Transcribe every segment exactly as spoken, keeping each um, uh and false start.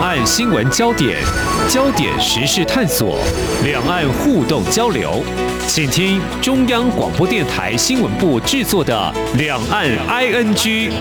岸新闻焦点，焦点时事探索，两岸互动交流，请听中央广播电台新闻部制作的《两岸 I N G》。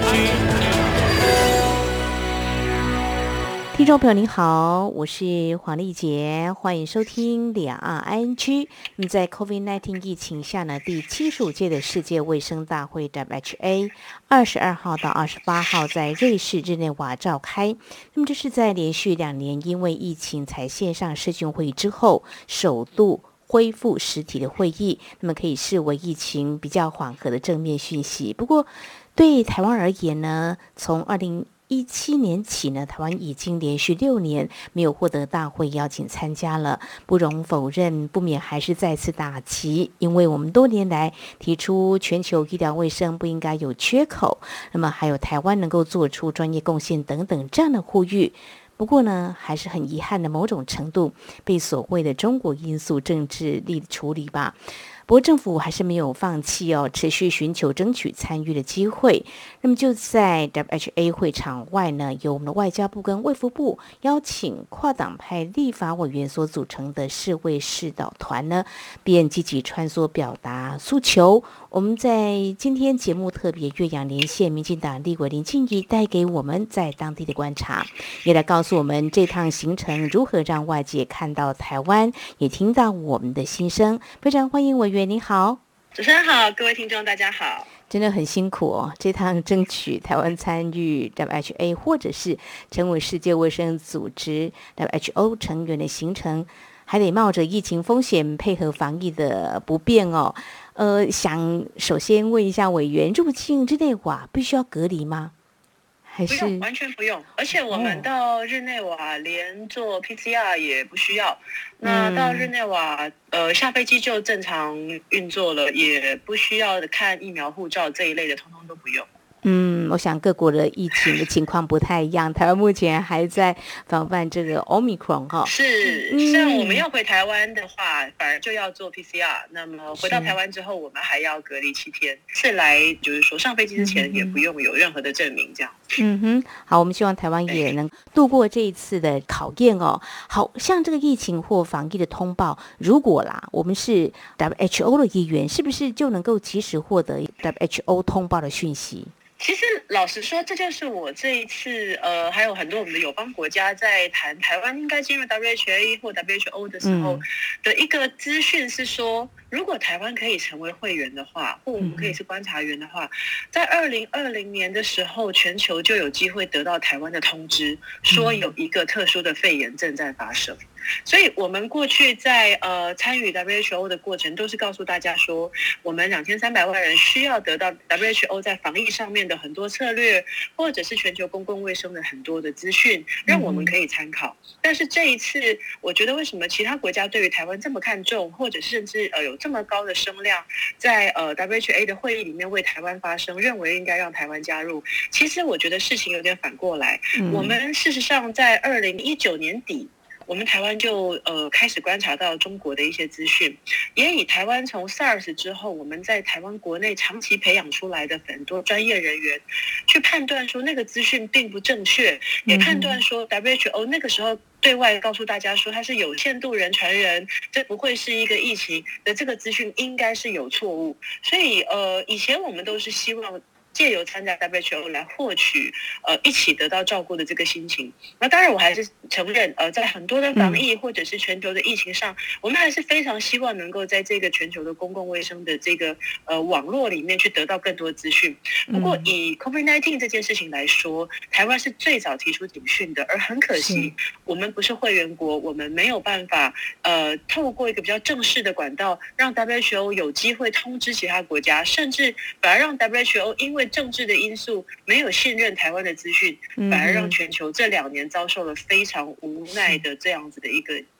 听众朋友您好，我是黄丽杰，欢迎收听两岸 I N G。那么在 COVID 十九 疫情下呢，第七十五届的世界卫生大会 W H O 二十二号到二十八号在瑞士日内瓦召开。那么这是在连续两年因为疫情才线上视讯会议之后，首度恢复实体的会议，那么可以视为疫情比较缓和的正面讯息。不过对台湾而言呢，从二零一七年起呢，台湾已经连续六年没有获得大会邀请参加了，不容否认，不免还是再次打击，因为我们多年来提出全球医疗卫生不应该有缺口，那么还有台湾能够做出专业贡献等等这样的呼吁。不过呢，还是很遗憾的，某种程度被所谓的中国因素政治力处理吧。不过政府还是没有放弃哦，持续寻求争取参与的机会。那么就在 W H O 会场外呢，由我们的外交部跟卫福部邀请跨党派立法委员所组成的世卫视导团呢，便积极穿梭表达诉求。我们在今天节目特别岳阳连线民进党立委林静怡，带给我们在当地的观察，也来告诉我们这趟行程如何让外界看到台湾，也听到我们的心声。非常欢迎委员，你好。 主持人好，各位听众大家好。 真的很辛苦哦，这趟争取台湾参与 W H O 或者是成为世界卫生组织 W H O 成员的行程，还得冒着疫情风险配合防疫的不便哦。呃，想首先问一下委员，入境日内瓦必须要隔离吗？还是不用，完全不用。而且我们到日内瓦连做 P C R 也不需要。那到日内瓦，呃，下飞机就正常运作了，也不需要看疫苗护照这一类的，通通都不用。 嗯，我想各国的疫情的情况不太一样，台湾目前还在防范这个 Omicron 哈。 是， 嗯、 像我们要回台湾的话，反而就要做 P C R。那么回到台湾之后，我们还要隔离七天。是来就是说上飞机之前也不用有任何的证明，这样。 嗯哼，好，我们希望台湾也能度过这一次的考验哦。好像这个疫情或防疫的通报，如果啦，我们是 W H O 的一员，是不是就能够及时获得 W H O 通报的讯息？ 其实老实说，这就是我这一次呃，还有很多我们的友邦国家在谈台湾应该进入 W H A 或 W H O 的时候的一个资讯是说，如果台湾可以成为会员的话，或我们可以是观察员的话，在二零二零年的时候，全球就有机会得到台湾的通知，说有一个特殊的肺炎正在发生。所以我们过去在呃参与 W H O 的过程，都是告诉大家说，我们两千三百万人需要得到 W H O 在防疫上面的很多策略，或者是全球公共卫生的很多的资讯，让我们可以参考。但是这一次，我觉得为什么其他国家对于台湾这么看重，或者甚至呃有这么高的声量，在呃 W H A 的会议里面为台湾发声，认为应该让台湾加入。其实我觉得事情有点反过来，嗯、我们事实上在二零一九年底。我们台湾就呃开始观察到中国的一些资讯，也以台湾从 SARS 之后，我们在台湾国内长期培养出来的很多专业人员，去判断说那个资讯并不正确，也判断说 W H O 那个时候对外告诉大家说它是有限度人传人，这不会是一个疫情的这个资讯应该是有错误，所以呃以前我们都是希望借由参加 W H O 来获取呃一起得到照顾的这个心情。那当然我还是承认呃在很多的防疫或者是全球的疫情上，我们还是非常希望能够在这个全球的公共卫生的这个呃网络里面去得到更多资讯。不过以 COVID 十九 这件事情来说，台湾是最早提出警讯的，而很可惜我们不是会员国，我们没有办法呃透过一个比较正式的管道让 W H O 有机会通知其他国家，甚至反而让 W H O 因为政治的因素没有信任台湾的资讯，反而让全球这两年遭受了非常无奈的这样子的一个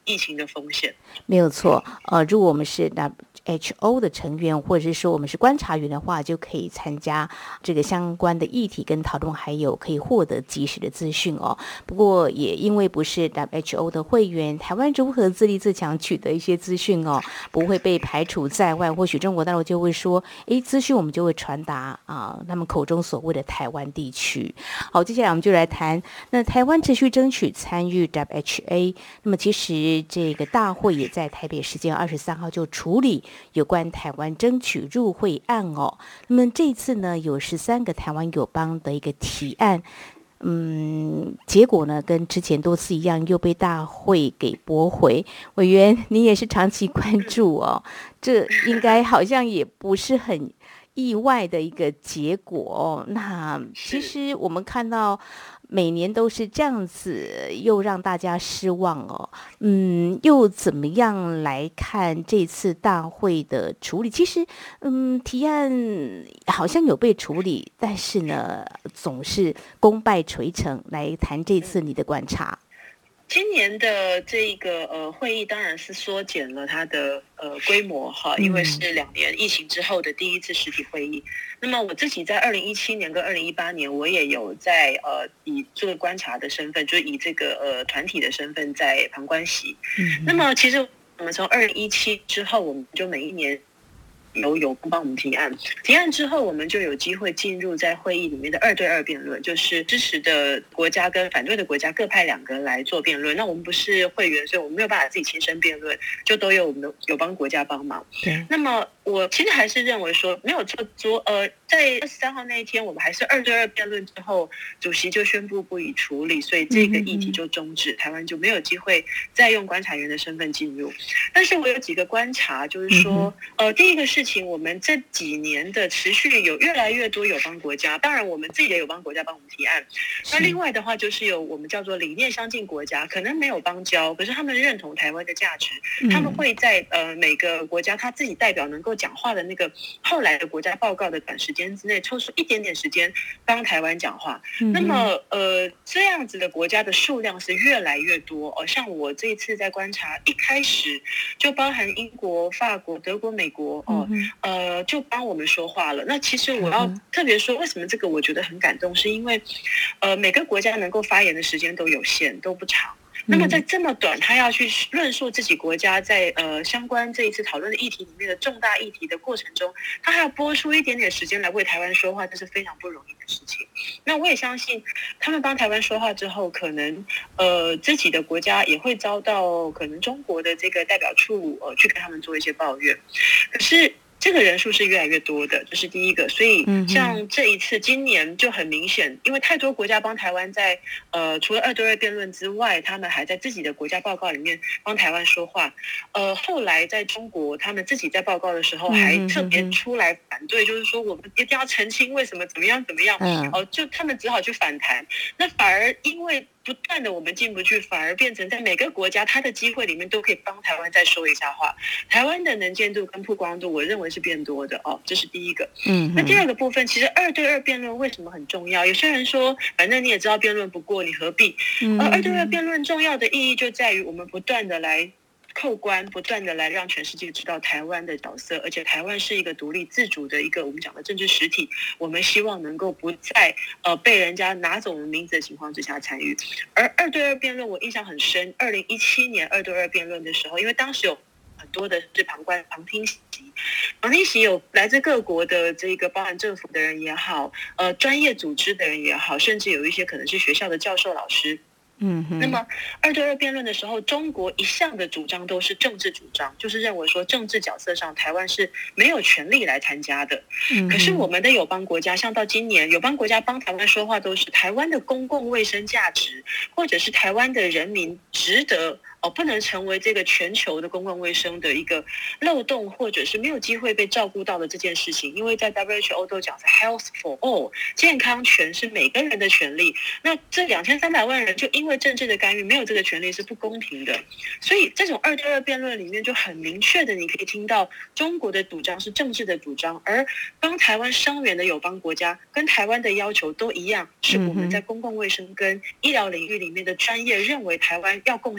疫情的风险。 没有错，呃，如果我们是 W H O 的成员，或者是说我们是观察员的话，就可以参加这个相关的议题跟讨论，还有可以获得及时的资讯哦。不过也因为不是 W H O 的会员，台湾如何自立自强取得一些资讯哦，不会被排除在外。或许中国大陆就会说，诶，资讯我们就会传达啊，他们口中所谓的台湾地区。好，接下来我们就来谈，那台湾持续争取参与 W H A， 那么其实这个大会也在台北时间二十三号就处理有关台湾争取入会案哦。那么这次呢，有十三个台湾友邦的一个提案，嗯，结果呢跟之前多次一样，又被大会给驳回。委员，你也是长期关注哦，这应该好像也不是很意外的一个结果哦。那其实我们看到每年都是这样子，又让大家失望哦。嗯，又怎么样来看这次大会的处理？其实，嗯，提案好像有被处理，但是呢，总是功败垂成。来谈这次你的观察。 今年的这个呃会议当然是缩减了它的呃规模哈，因为是两年疫情之后的第一次实体会议。那么我自己在二零一七年跟二零一八年，我也有在呃以做观察的身份，就是以这个呃团体的身份在旁观席。嗯，那么其实我们从二零一七之后，我们就每一年有友邦帮我们提案，提案之后我们就有机会进入在会议里面的二对二辩论，就是支持的国家跟反对的国家各派两个来做辩论。那我们不是会员，所以我们没有办法自己亲身辩论，就都有我们的友邦国家帮忙。对，那么我其实还是认为说，没有做做呃，在二十三号那一天，我们还是二对二辩论之后，主席就宣布不予处理，所以这个议题就终止，台湾就没有机会再用观察员的身份进入。但是我有几个观察，就是说，呃，第一个事情，我们这几年的持续有越来越多友邦国家，当然我们自己的友邦国家帮我们提案，那另外的话就是有我们叫做理念相近国家，可能没有邦交，可是他们认同台湾的价值，他们会在呃每个国家他自己代表能够讲话的那个后来的国家报告的短时间之内，抽出一点点时间帮台湾讲话。嗯、那么呃这样子的国家的数量是越来越多哦。像我这一次在观察，一开始就包含英国、法国、德国、美国哦，嗯、呃就帮我们说话了。那其实我要特别说，为什么这个我觉得很感动，是因为呃每个国家能够发言的时间都有限，都不长。那么在这么短，他要去论述自己国家在呃相关这一次讨论的议题里面的重大议题的过程中，他还要拨出一点点时间来为台湾说话，这是非常不容易的事情。那我也相信，他们帮台湾说话之后，可能呃自己的国家也会遭到可能中国的这个代表处呃去跟他们做一些抱怨，可是这个人数是越来越多的，这是第一个。所以像这一次今年就很明显，因为太多国家帮台湾在呃除了二对二辩论之外，他们还在自己的国家报告里面帮台湾说话。呃后来在中国他们自己在报告的时候还特别出来反对，就是说我们一定要澄清为什么怎么样怎么样，哦、呃、就他们只好去反弹。那反而因为不断的我们进不去，反而变成在每个国家他的机会里面都可以帮台湾再说一下话。台湾的能见度跟曝光度我认为是变多的哦，这是第一个。嗯，那第二个部分，其实二对二辩论为什么很重要？有些人说反正你也知道辩论不过，你何必？而二对二辩论重要的意义就在于我们不断的来扣关，不断的来让全世界知道台湾的角色，而且台湾是一个独立自主的一个我们讲的政治实体，我们希望能够不在呃被人家拿走我们名字的情况之下参与。而二对二辩论我印象很深，二零一七年二对二辩论的时候，因为当时有很多的是旁观旁听席，旁听席有来自各国的这个包含政府的人也好，呃专业组织的人也好，甚至有一些可能是学校的教授老师。嗯，那么二对二辩论的时候，中国一向的主张都是政治主张，就是认为说政治角色上台湾是没有权利来参加的。嗯，可是我们的友邦国家，像到今年友邦国家帮台湾说话，都是台湾的公共卫生价值，或者是台湾的人民值得哦，不能成为这个全球的公共卫生的一个漏洞，或者是没有机会被照顾到的这件事情。因为在 W H O 都讲是 health for all， 健康权是每个人的权利。那这两千三百万人就因为政治的干预没有这个权利是不公平的。所以这种二对二辩论里面就很明确的，你可以听到中国的主张是政治的主张，而帮台湾声援的友邦国家跟台湾的要求都一样，是我们在公共卫生跟医疗领域里面的专业认为台湾要贡献，也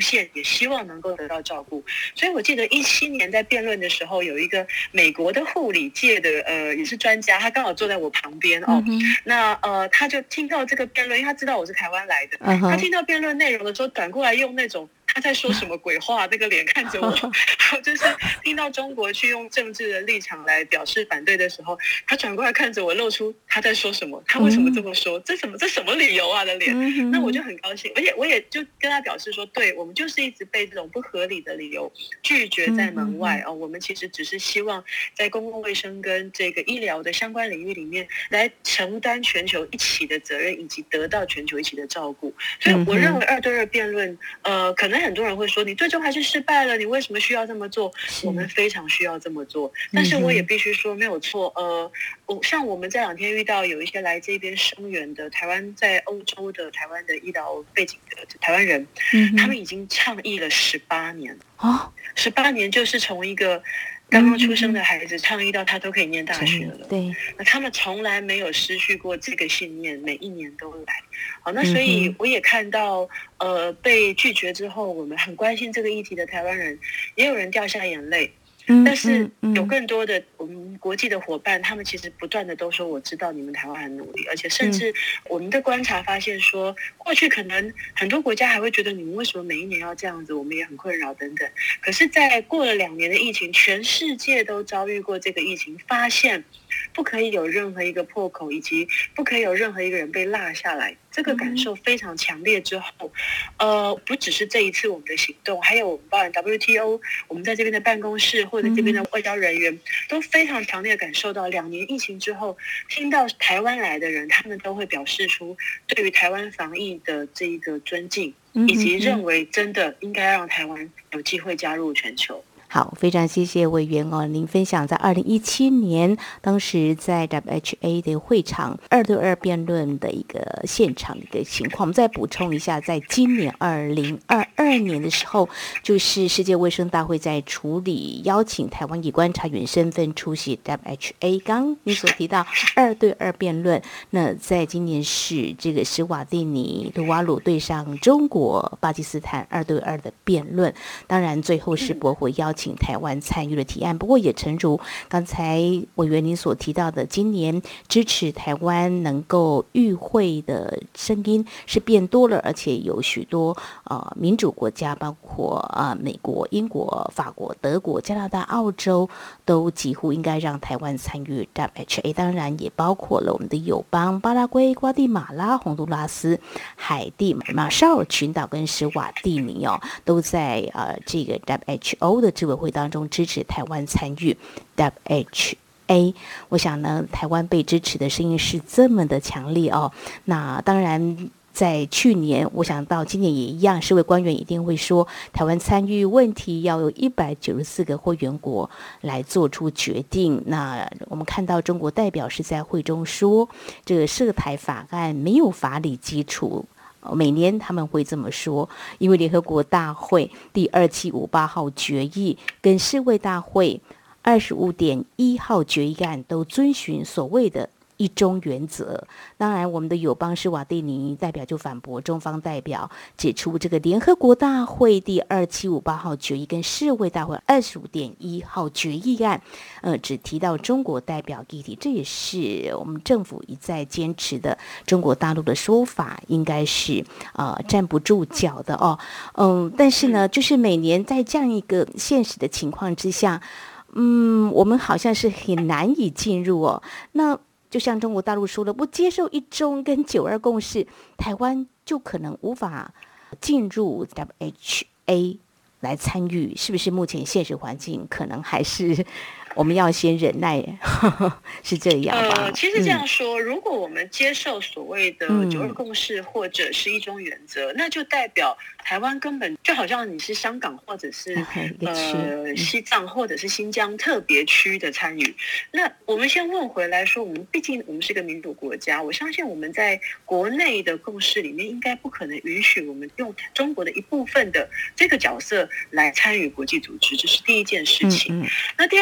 希望能够得到照顾。所以我记得一七年在辩论的时候，有一个美国的护理界的呃也是专家，他刚好坐在我旁边哦。嗯、那呃他就听到这个辩论，因为他知道我是台湾来的，嗯、他听到辩论内容的时候，转过来用那种他在说什么鬼话，那个脸看着我，就是听到中国去用政治的立场来表示反对的时候，他转过来看着我，露出他在说什么，他为什么这么说，嗯、这什么这什么理由啊的脸。嗯、那我就很高兴，而且我也就跟他表示说，对我们就是一直被这种不合理的理由拒绝在门外、嗯、哦。我们其实只是希望在公共卫生跟这个医疗的相关领域里面来承担全球一起的责任，以及得到全球一起的照顾。所以我认为二对二辩论，呃，可能很多人会说，你最终还是失败了，你为什么需要这么做？我们非常需要这么做，但是我也必须说没有错。呃，我像我们这两天遇到有一些来这边声援的台湾在欧洲的台湾的医疗背景的台湾人，嗯、他们已经倡议了十八年哦，十八年就是从一个刚刚出生的孩子倡议到他都可以念大学了，对，那他们从来没有失去过这个信念，每一年都来。好，那所以我也看到，呃，被拒绝之后，我们很关心这个议题的台湾人，也有人掉下眼泪。但是有更多的我们国际的伙伴，他们其实不断的都说，我知道你们台湾很努力，而且甚至我们的观察发现说，过去可能很多国家还会觉得你们为什么每一年要这样子，我们也很困扰等等。可是在过了两年的疫情，全世界都遭遇过这个疫情，发现不可以有任何一个破口，以及不可以有任何一个人被落下来，这个感受非常强烈之后，呃，不只是这一次我们的行动，还有我们包含 W T O， 我们在这边的办公室或者这边的外交人员，都非常强烈的感受到，两年疫情之后，听到台湾来的人，他们都会表示出对于台湾防疫的这一个尊敬，以及认为真的应该让台湾有机会加入全球。 好，非常谢谢委员哦，您分享在二零一七年当时在 W H A 的会场二对二辩论的一个现场的一个情况。我们再补充一下，在今年二零二二年的时候，就是世界卫生大会在处理邀请台湾以观察员身份出席 W H A。刚你所提到二对二辩论，那在今年是这个史瓦蒂尼图瓦鲁对上中国巴基斯坦二对二的辩论，当然最后是驳回邀请请台湾参与了提案，不过也诚如刚才委员您所提到的，今年支持台湾能够与会的声音是变多了，而且有许多呃民主国家，包括呃美国、英国、法国、德国、加拿大、澳洲，都几乎应该让台湾参与 W H A， 当然也包括了我们的友邦巴拉圭、瓜地马拉、洪都拉斯、海地、马绍尔群岛跟史瓦蒂尼哦，都在呃这个 W H O 的执委会当中支持台湾参与 W H A。 我想呢，台湾被支持的声音是这么的强烈哦。那当然在去年，我想到今年也一样，世卫官员一定会说，台湾参与问题要有一百九十四个会员国来做出决定。那我们看到中国代表是在会中说，这个涉台法案没有法理基础，每年他们会这么说，因为联合国大会第二七五八号决议跟世卫大会二十五点一号决议案都遵循所谓的一中原则。当然我们的友邦史瓦蒂尼代表就反驳中方代表，指出这个联合国大会第二七五八号决议跟世卫大会二十五点一号决议案呃，只提到中国代表议题，这也是我们政府一再坚持的，中国大陆的说法应该是呃站不住脚的哦。嗯，但是呢，就是每年在这样一个现实的情况之下，嗯，我们好像是很难以进入哦。那就像中国大陆说了，不接受一中跟九二共识，台湾就可能无法进入 W H A 来参与，是不是？目前现实环境可能还是我们要先忍耐，呵呵是这样吧？ 呃，其实这样说，嗯、如果我们接受所谓的九二共识或者是一中原则，嗯、那就代表台湾根本就好像你是香港或者是、okay, 呃西藏或者是新疆特别区的参与。那我们先问回来说，我们毕竟我们是个民主国家，我相信我们在国内的共识里面，应该不可能允许我们用中国的一部分的这个角色来参与国际组织，这是第一件事情。嗯嗯、那第二件事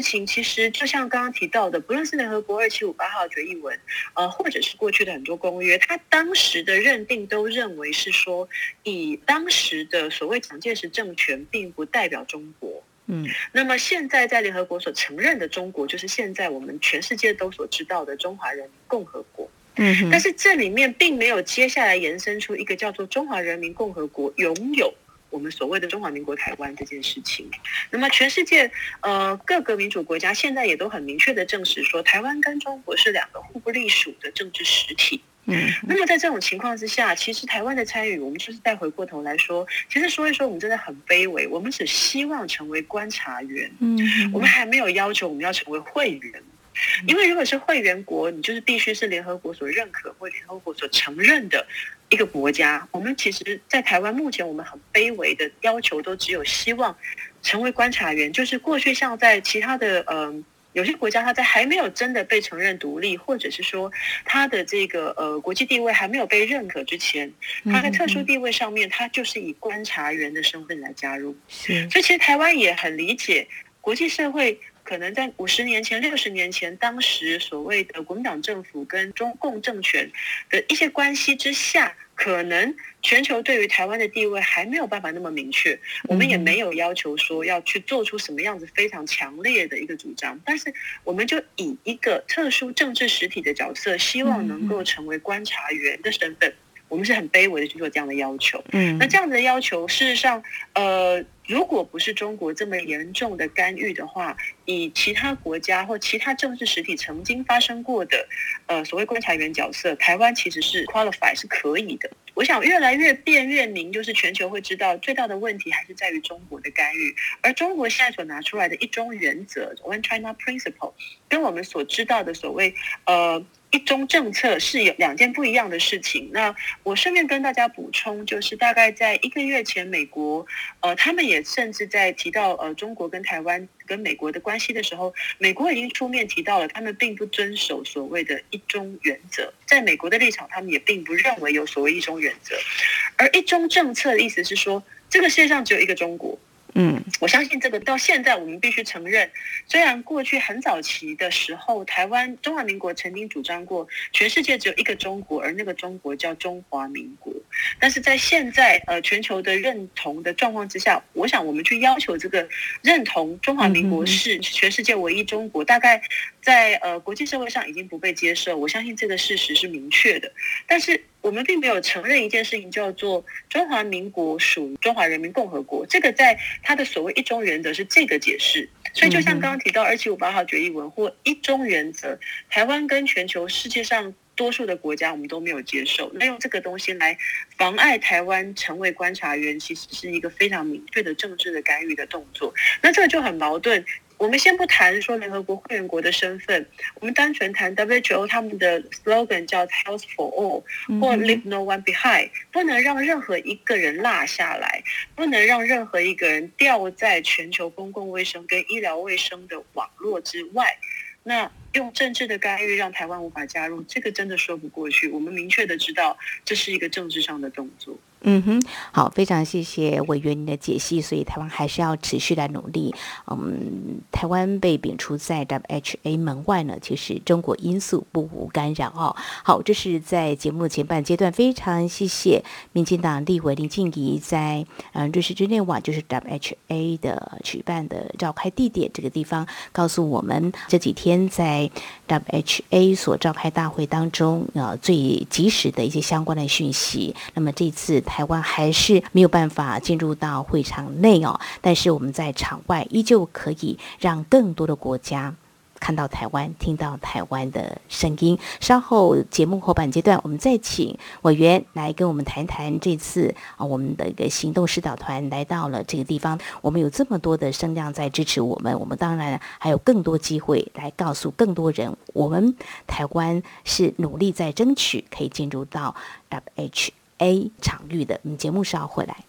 事情其实就像刚刚提到的，不论是联合国二七五八号决议文，呃，或者是过去的很多公约，它当时的认定都认为是说，以当时的所谓蒋介石政权并不代表中国。嗯，那么现在在联合国所承认的中国，就是现在我们全世界都所知道的中华人民共和国。嗯，但是这里面并没有接下来延伸出一个叫做中华人民共和国拥有我们所谓的中华民国台湾这件事情。那么全世界呃各个民主国家现在也都很明确的证实说，台湾跟中国是两个互不隶属的政治实体。嗯，那么在这种情况之下，其实台湾的参与，我们就是再回过头来说，其实说一说我们真的很卑微，我们只希望成为观察员。嗯，我们还没有要求我们要成为会员。因为如果是会员国，你就是必须是联合国所认可或联合国所承认的一个国家。我们其实在台湾目前我们很卑微的要求都只有希望成为观察员，就是过去像在其他的呃有些国家，它在还没有真的被承认独立，或者是说它的这个呃国际地位还没有被认可之前，它在特殊地位上面，它就是以观察员的身份来加入。所以其实台湾也很理解国际社会可能在五十年前、六十年前，当时所谓的国民党政府跟中共政权的一些关系之下，可能全球对于台湾的地位还没有办法那么明确，我们也没有要求说要去做出什么样子非常强烈的一个主张，但是我们就以一个特殊政治实体的角色，希望能够成为观察员的身份，我们是很卑微的去做这样的要求。嗯，那这样的要求，事实上，呃，如果不是中国这么严重的干预的话，以其他国家或其他政治实体曾经发生过的，呃，所谓观察员角色，台湾其实是 qualify 是可以的。我想越来越辩越明，就是全球会知道最大的问题还是在于中国的干预，而中国现在所拿出来的一中原则 One China Principle 跟我们所知道的所谓呃一中政策是有两件不一样的事情。那我顺便跟大家补充，就是大概在一个月前，美国呃他们也甚至在提到呃中国跟台湾跟美国的关系的时候，美国已经出面提到了，他们并不遵守所谓的一中原则。在美国的立场，他们也并不认为有所谓一中原则。而一中政策的意思是说，这个世界上只有一个中国。嗯，我相信这个到现在我们必须承认，虽然过去很早期的时候，台湾中华民国曾经主张过全世界只有一个中国，而那个中国叫中华民国，但是在现在呃全球的认同的状况之下，我想我们去要求这个认同中华民国是全世界唯一中国，大概在呃国际社会上已经不被接受，我相信这个事实是明确的。但是我们并没有承认一件事情，叫做中华民国属于中华人民共和国，这个在它的所谓一中原则是这个解释。所以就像刚刚提到二七五八号决议文或一中原则，台湾跟全球世界上多数的国家我们都没有接受，那用这个东西来妨碍台湾成为观察员，其实是一个非常明确的政治的干预的动作。那这个就很矛盾。我们先不谈说联合国会员国的身份，我们单纯谈 W H O 他们的 slogan 叫 Health for All 或 Leave No One Behind， 不能让任何一个人落下来，不能让任何一个人掉在全球公共卫生跟医疗卫生的网络之外。那用政治的干预让台湾无法加入，这个真的说不过去。我们明确的知道这是一个政治上的动作。 嗯哼，好，非常谢谢委员您的解析。所以台湾还是要持续来努力。嗯，台湾被摒除在 W H A 门外呢，其实中国因素不无干扰哦。好，这是在节目前半阶段，非常谢谢民进党立委林静怡在嗯瑞士日内瓦，就是 W H A 的举办的召开地点这个地方，告诉我们这几天在 W H A 所召开大会当中，呃，最及时的一些相关的讯息。那么这次台湾还是没有办法进入到会场内哦，但是我们在场外依旧可以让更多的国家看到台湾，听到台湾的声音。稍后节目后半阶段，我们再请委员来跟我们谈谈这次啊，我们的一个行动指导团来到了这个地方，我们有这么多的声量在支持我们，我们当然还有更多机会来告诉更多人，我们台湾是努力在争取可以进入到 W H A 场域的。我们节目稍后回来。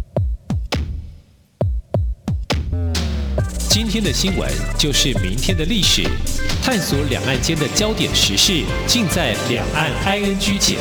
今天的新闻就是明天的历史，探索两岸间的焦点时事，尽在《两岸 I N G》节目。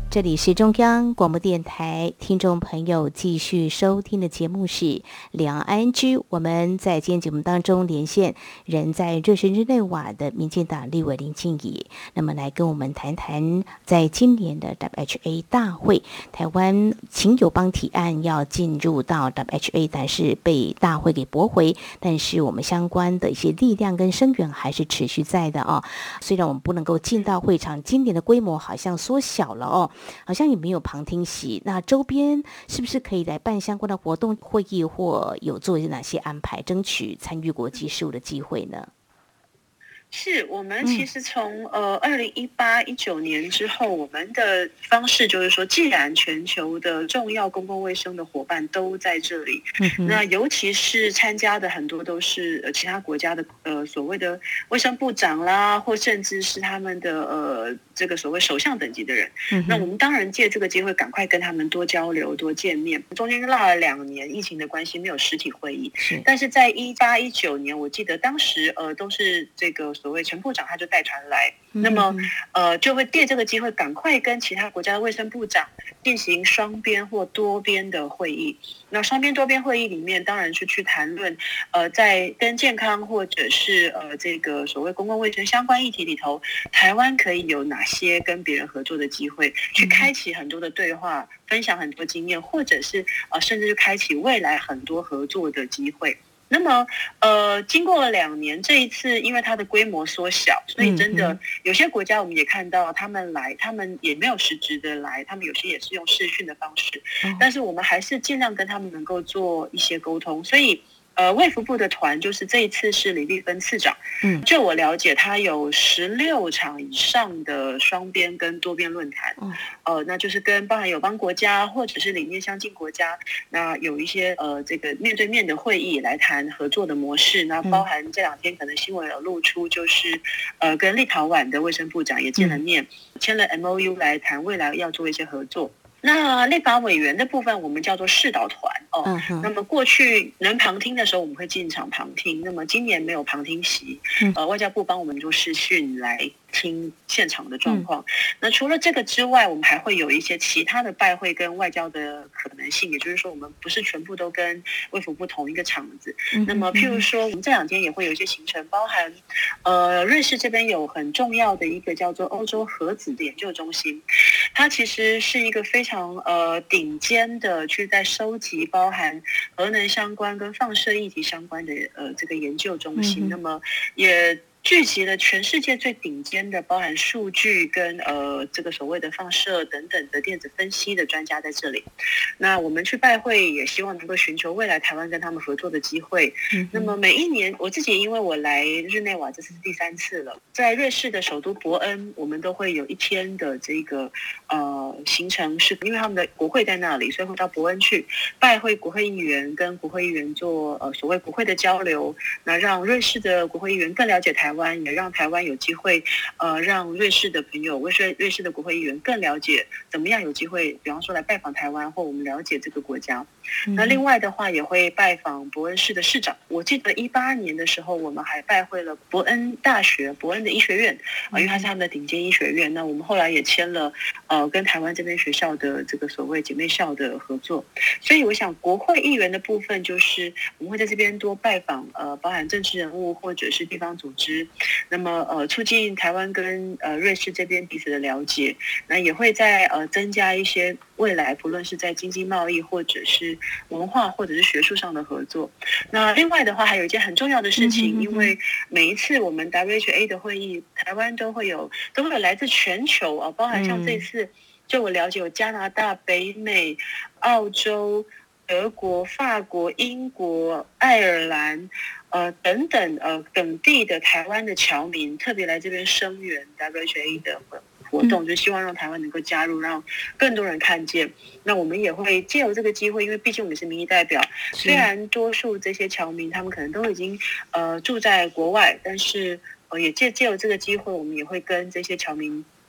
这里是中央广播电台，听众朋友继续收听的节目是两岸 I N G。我们在今天节目当中连线人在瑞士日内瓦的民进党立委林静怡，那么来跟我们谈谈在今年的 W H A 大会，台湾请友邦提案要进入到 W H A， 但是被大会给驳回，但是我们相关的一些力量跟声援还是持续在的哦。虽然我们不能够进到会场，今年的规模好像缩小了哦。好像也没有旁听席，那周边是不是可以来办相关的活动会议，或有做哪些安排，争取参与国际事务的机会呢？ 是我们其实从、嗯、呃二零一八一九年之后，我们的方式就是说，既然全球的重要公共卫生的伙伴都在这里，嗯、那尤其是参加的很多都是呃其他国家的呃所谓的卫生部长啦，或甚至是他们的呃这个所谓首相等级的人，嗯、那我们当然借这个机会赶快跟他们多交流、多见面。中间落了两年，疫情的关系没有实体会议，是但是在一八一九年，我记得当时呃都是这个。所谓陈部长他就带团来，那么呃就会借这个机会赶快跟其他国家的卫生部长进行双边或多边的会议。那双边多边会议里面当然是去谈论呃在跟健康或者是呃这个所谓公共卫生相关议题里头，台湾可以有哪些跟别人合作的机会，去开启很多的对话，分享很多经验，或者是呃甚至是开启未来很多合作的机会。那么，呃，经过了两年，这一次因为它的规模缩小，所以真的有些国家我们也看到他们来，他们也没有实质的来，他们有些也是用视讯的方式，但是我们还是尽量跟他们能够做一些沟通，所以。呃，卫福部的团就是这一次是李丽芬次长，嗯，就我了解，他有十六场以上的双边跟多边论坛，嗯，呃，那就是跟包含友邦国家或者是理念相近国家，那有一些呃这个面对面的会议来谈合作的模式，那包含这两天可能新闻有露出，就是呃跟立陶宛的卫生部长也见了面，嗯、签了 M O U 来谈未来要做一些合作。那立法委员的部分我们叫做视导团哦、嗯，那么过去能旁听的时候我们会进场旁听，那么今年没有旁听席，嗯、呃，外交部帮我们做视讯来听现场的状况、嗯。那除了这个之外，我们还会有一些其他的拜会跟外交的可能性，也就是说我们不是全部都跟卫福部同一个场子。嗯、那么譬如说我们这两天也会有一些行程，包含呃瑞士这边有很重要的一个叫做欧洲核子的研究中心，它其实是一个非常常呃顶尖的去在收集包含核能相关跟放射议题相关的呃这个研究中心，嗯、那么也聚集了全世界最顶尖的包含数据跟呃这个所谓的放射等等的电子分析的专家在这里。那我们去拜会也希望能够寻求未来台湾跟他们合作的机会。嗯、那么每一年我自己因为我来日内瓦这是第三次了，在瑞士的首都伯恩我们都会有一天的这个呃行程，是因为他们的国会在那里，所以会到伯恩去拜会国会议员，跟国会议员做呃所谓国会的交流，那让瑞士的国会议员更了解台湾台湾，也让台湾有机会，呃，让瑞士的朋友，瑞士瑞士的国会议员更了解怎么样有机会，比方说来拜访台湾，或我们了解这个国家。嗯、那另外的话，也会拜访伯恩市的市长。我记得一八年的时候，我们还拜会了伯恩大学、伯恩的医学院啊、呃，因为它是他们的顶尖医学院。那我们后来也签了呃跟台湾这边学校的这个所谓姐妹校的合作。所以我想，国会议员的部分就是我们会在这边多拜访呃，包含政治人物或者是地方组织。那么呃，促进台湾跟呃瑞士这边彼此的了解，那也会在呃增加一些未来不论是在经济贸易或者是文化或者是学术上的合作。那另外的话，还有一件很重要的事情，嗯、因为每一次我们 W H A 的会议，台湾都会有都会有来自全球啊，包含像这次，嗯、就我了解有加拿大、北美、澳洲、德国、法国、英国、爱尔兰。呃，等等，呃，等地的台湾的侨民特别来这边声援 W H A 的活动，嗯、就希望让台湾能够加入，让更多人看见。那我们也会借由这个机会，因为毕竟我们是民意代表，虽然多数这些侨民他们可能都已经呃住在国外，但是呃也借借由这个机会，我们也会跟这些侨民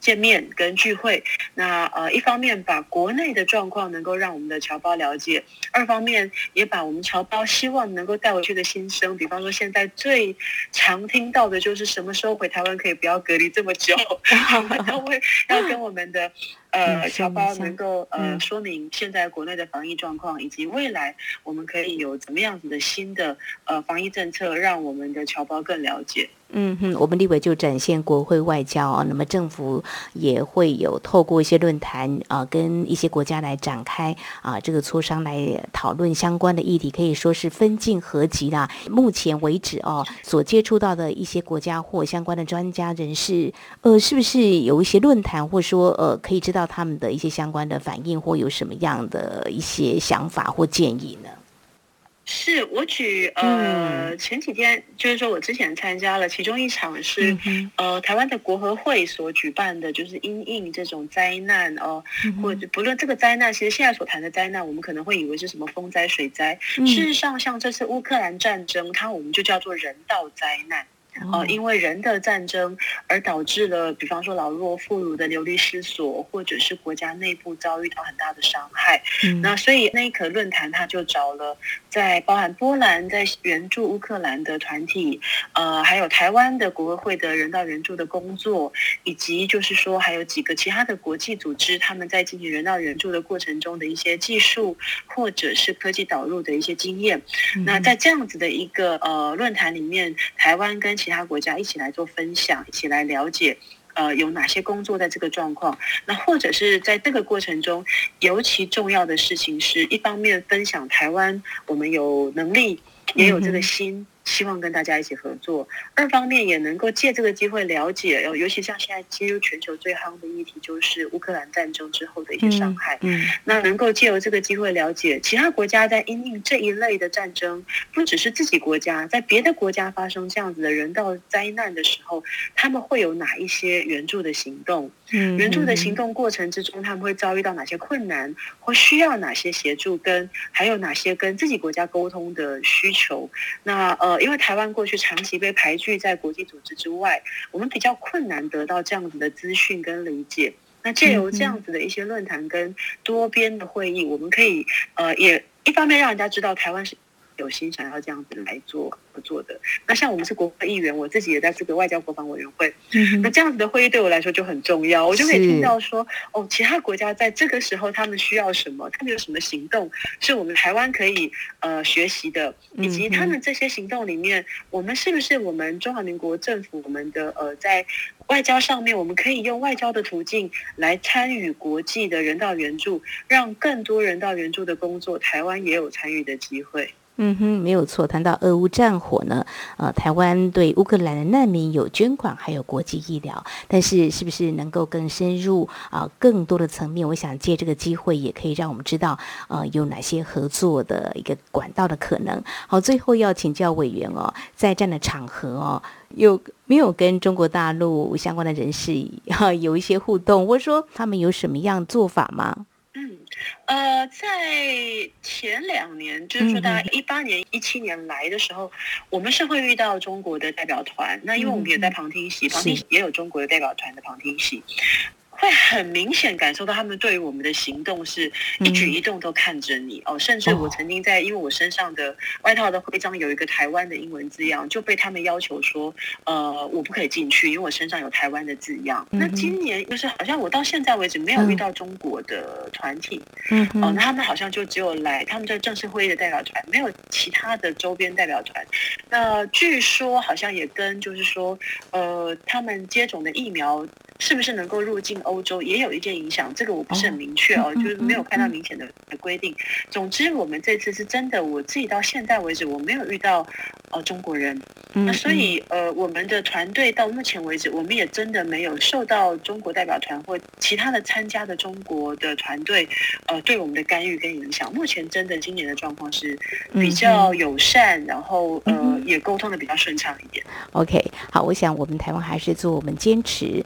见面跟聚会，那呃一方面把国内的状况能够让我们的侨胞了解，二方面也把我们侨胞希望能够带回去的心声，比方说现在最常听到的就是什么时候回台湾可以不要隔离这么久，我们都会要跟我们的呃侨胞能够呃说明现在国内的防疫状况，以及未来我们可以有怎么样子的新的呃防疫政策，让我们的侨胞更了解。 嗯哼，我们立委就展现国会外交啊，那么政府也会有透过一些论坛啊，跟一些国家来展开啊这个磋商，来讨论相关的议题，可以说是分进合集啦。目前为止哦，所接触到的一些国家或相关的专家人士，呃，是不是有一些论坛，或说呃，可以知道他们的一些相关的反应，或有什么样的一些想法或建议呢？ 是我举呃、嗯、前几天就是说我之前参加了其中一场是、嗯、呃台湾的国合会所举办的，就是因应这种灾难哦、呃嗯，或者不论这个灾难，其实现在所谈的灾难，我们可能会以为是什么风灾、水灾，嗯、事实上像这次乌克兰战争，它我们就叫做人道灾难。呃，因为人的战争而导致了，比方说老弱妇孺的流离失所，或者是国家内部遭遇到很大的伤害。嗯、那所以那一刻论坛他就找了在包含波兰在援助乌克兰的团体，呃，还有台湾的国合会的人道援助的工作，以及就是说还有几个其他的国际组织，他们在进行人道援助的过程中的一些技术或者是科技导入的一些经验。嗯、那在这样子的一个呃论坛里面，台湾跟其他国家一起来做分享，一起来了解呃有哪些工作在这个状况，那或者是在这个过程中尤其重要的事情是，一方面分享台湾我们有能力也有这个心、嗯、希望跟大家一起合作，二方面也能够借这个机会了解，尤其像现在进入全球最夯的议题就是乌克兰战争之后的一些伤害、嗯嗯、那能够借由这个机会了解其他国家在因应这一类的战争，不只是自己国家，在别的国家发生这样子的人道灾难的时候，他们会有哪一些援助的行动，嗯、援助的行动过程之中他们会遭遇到哪些困难，或需要哪些协助，跟还有哪些跟自己国家沟通的需求。那呃，因为台湾过去长期被排拒在国际组织之外，我们比较困难得到这样子的资讯跟理解。那借由这样子的一些论坛跟多边的会议，我们可以呃也一方面让人家知道台湾是有心想要这样子来做合作的。那像我们是国会议员，我自己也在这个外交国防委员会、嗯、那这样子的会议对我来说就很重要，我就可以听到说哦，其他国家在这个时候他们需要什么，他们有什么行动是我们台湾可以呃学习的，以及他们这些行动里面、嗯、我们是不是我们中华民国政府我们的呃在外交上面，我们可以用外交的途径来参与国际的人道援助，让更多人道援助的工作台湾也有参与的机会。 嗯哼，没有错。谈到俄乌战火呢，呃，台湾对乌克兰的难民有捐款，还有国际医疗，但是是不是能够更深入啊、呃，更多的层面？我想借这个机会，也可以让我们知道，呃，有哪些合作的一个管道的可能。好，最后要请教委员哦，在这样的场合哦，有没有跟中国大陆相关的人士啊有一些互动，或者说他们有什么样做法吗？ 嗯，呃，在前两年，就是说大概一八年、一七年来的时候，我们是会遇到中国的代表团。那因为我们也在旁听席，旁听席也有中国的代表团的旁听席。会很明显感受到他们对于我们的行动是一举一动都看着你、嗯、哦，甚至我曾经在因为我身上的外套的徽章有一个台湾的英文字样，就被他们要求说呃我不可以进去，因为我身上有台湾的字样、嗯、那今年就是好像我到现在为止没有遇到中国的团体、嗯、哦，那他们好像就只有来他们在正式会议的代表团，没有其他的周边代表团。那据说好像也跟就是说呃他们接种的疫苗是不是能够入境欧洲也有一些影响，这个我不是很明确哦，就是没有看到明显的规定。总之我们这次是真的，我自己到现在为止我没有遇到呃中国人，那所以呃我们的团队到目前为止我们也真的没有受到中国代表团或其他的参加的中国的团队呃对我们的干预跟影响。目前真的今年的状况是比较友善，然后呃也沟通的比较顺畅一点。 OK， 好，我想我们台湾还是做我们坚持成为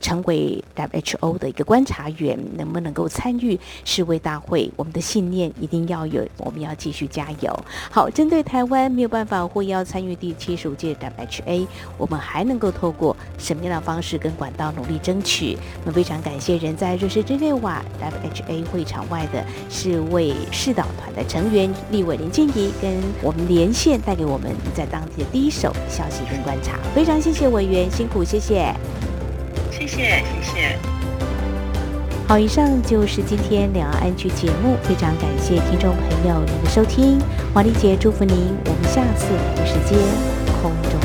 位 W H O 的一个观察员能不能够参与世卫大会，我们的信念一定要有，我们要继续加油。好，针对台湾没有办法或要参与第七十五届 W H A， 我们还能够透过什么样的方式跟管道努力争取？那么非常感谢人在瑞士日内瓦 W H A 会场外的世卫视导团的成员立委林静怡，跟我们连线带给我们在当地的第一手消息跟观察。非常谢谢委员，辛苦，谢谢， 谢谢，谢谢。 好，以上就是今天两岸安居节目，非常感谢听众朋友您的收听，黄丽姐祝福您，我们下次同一时间空中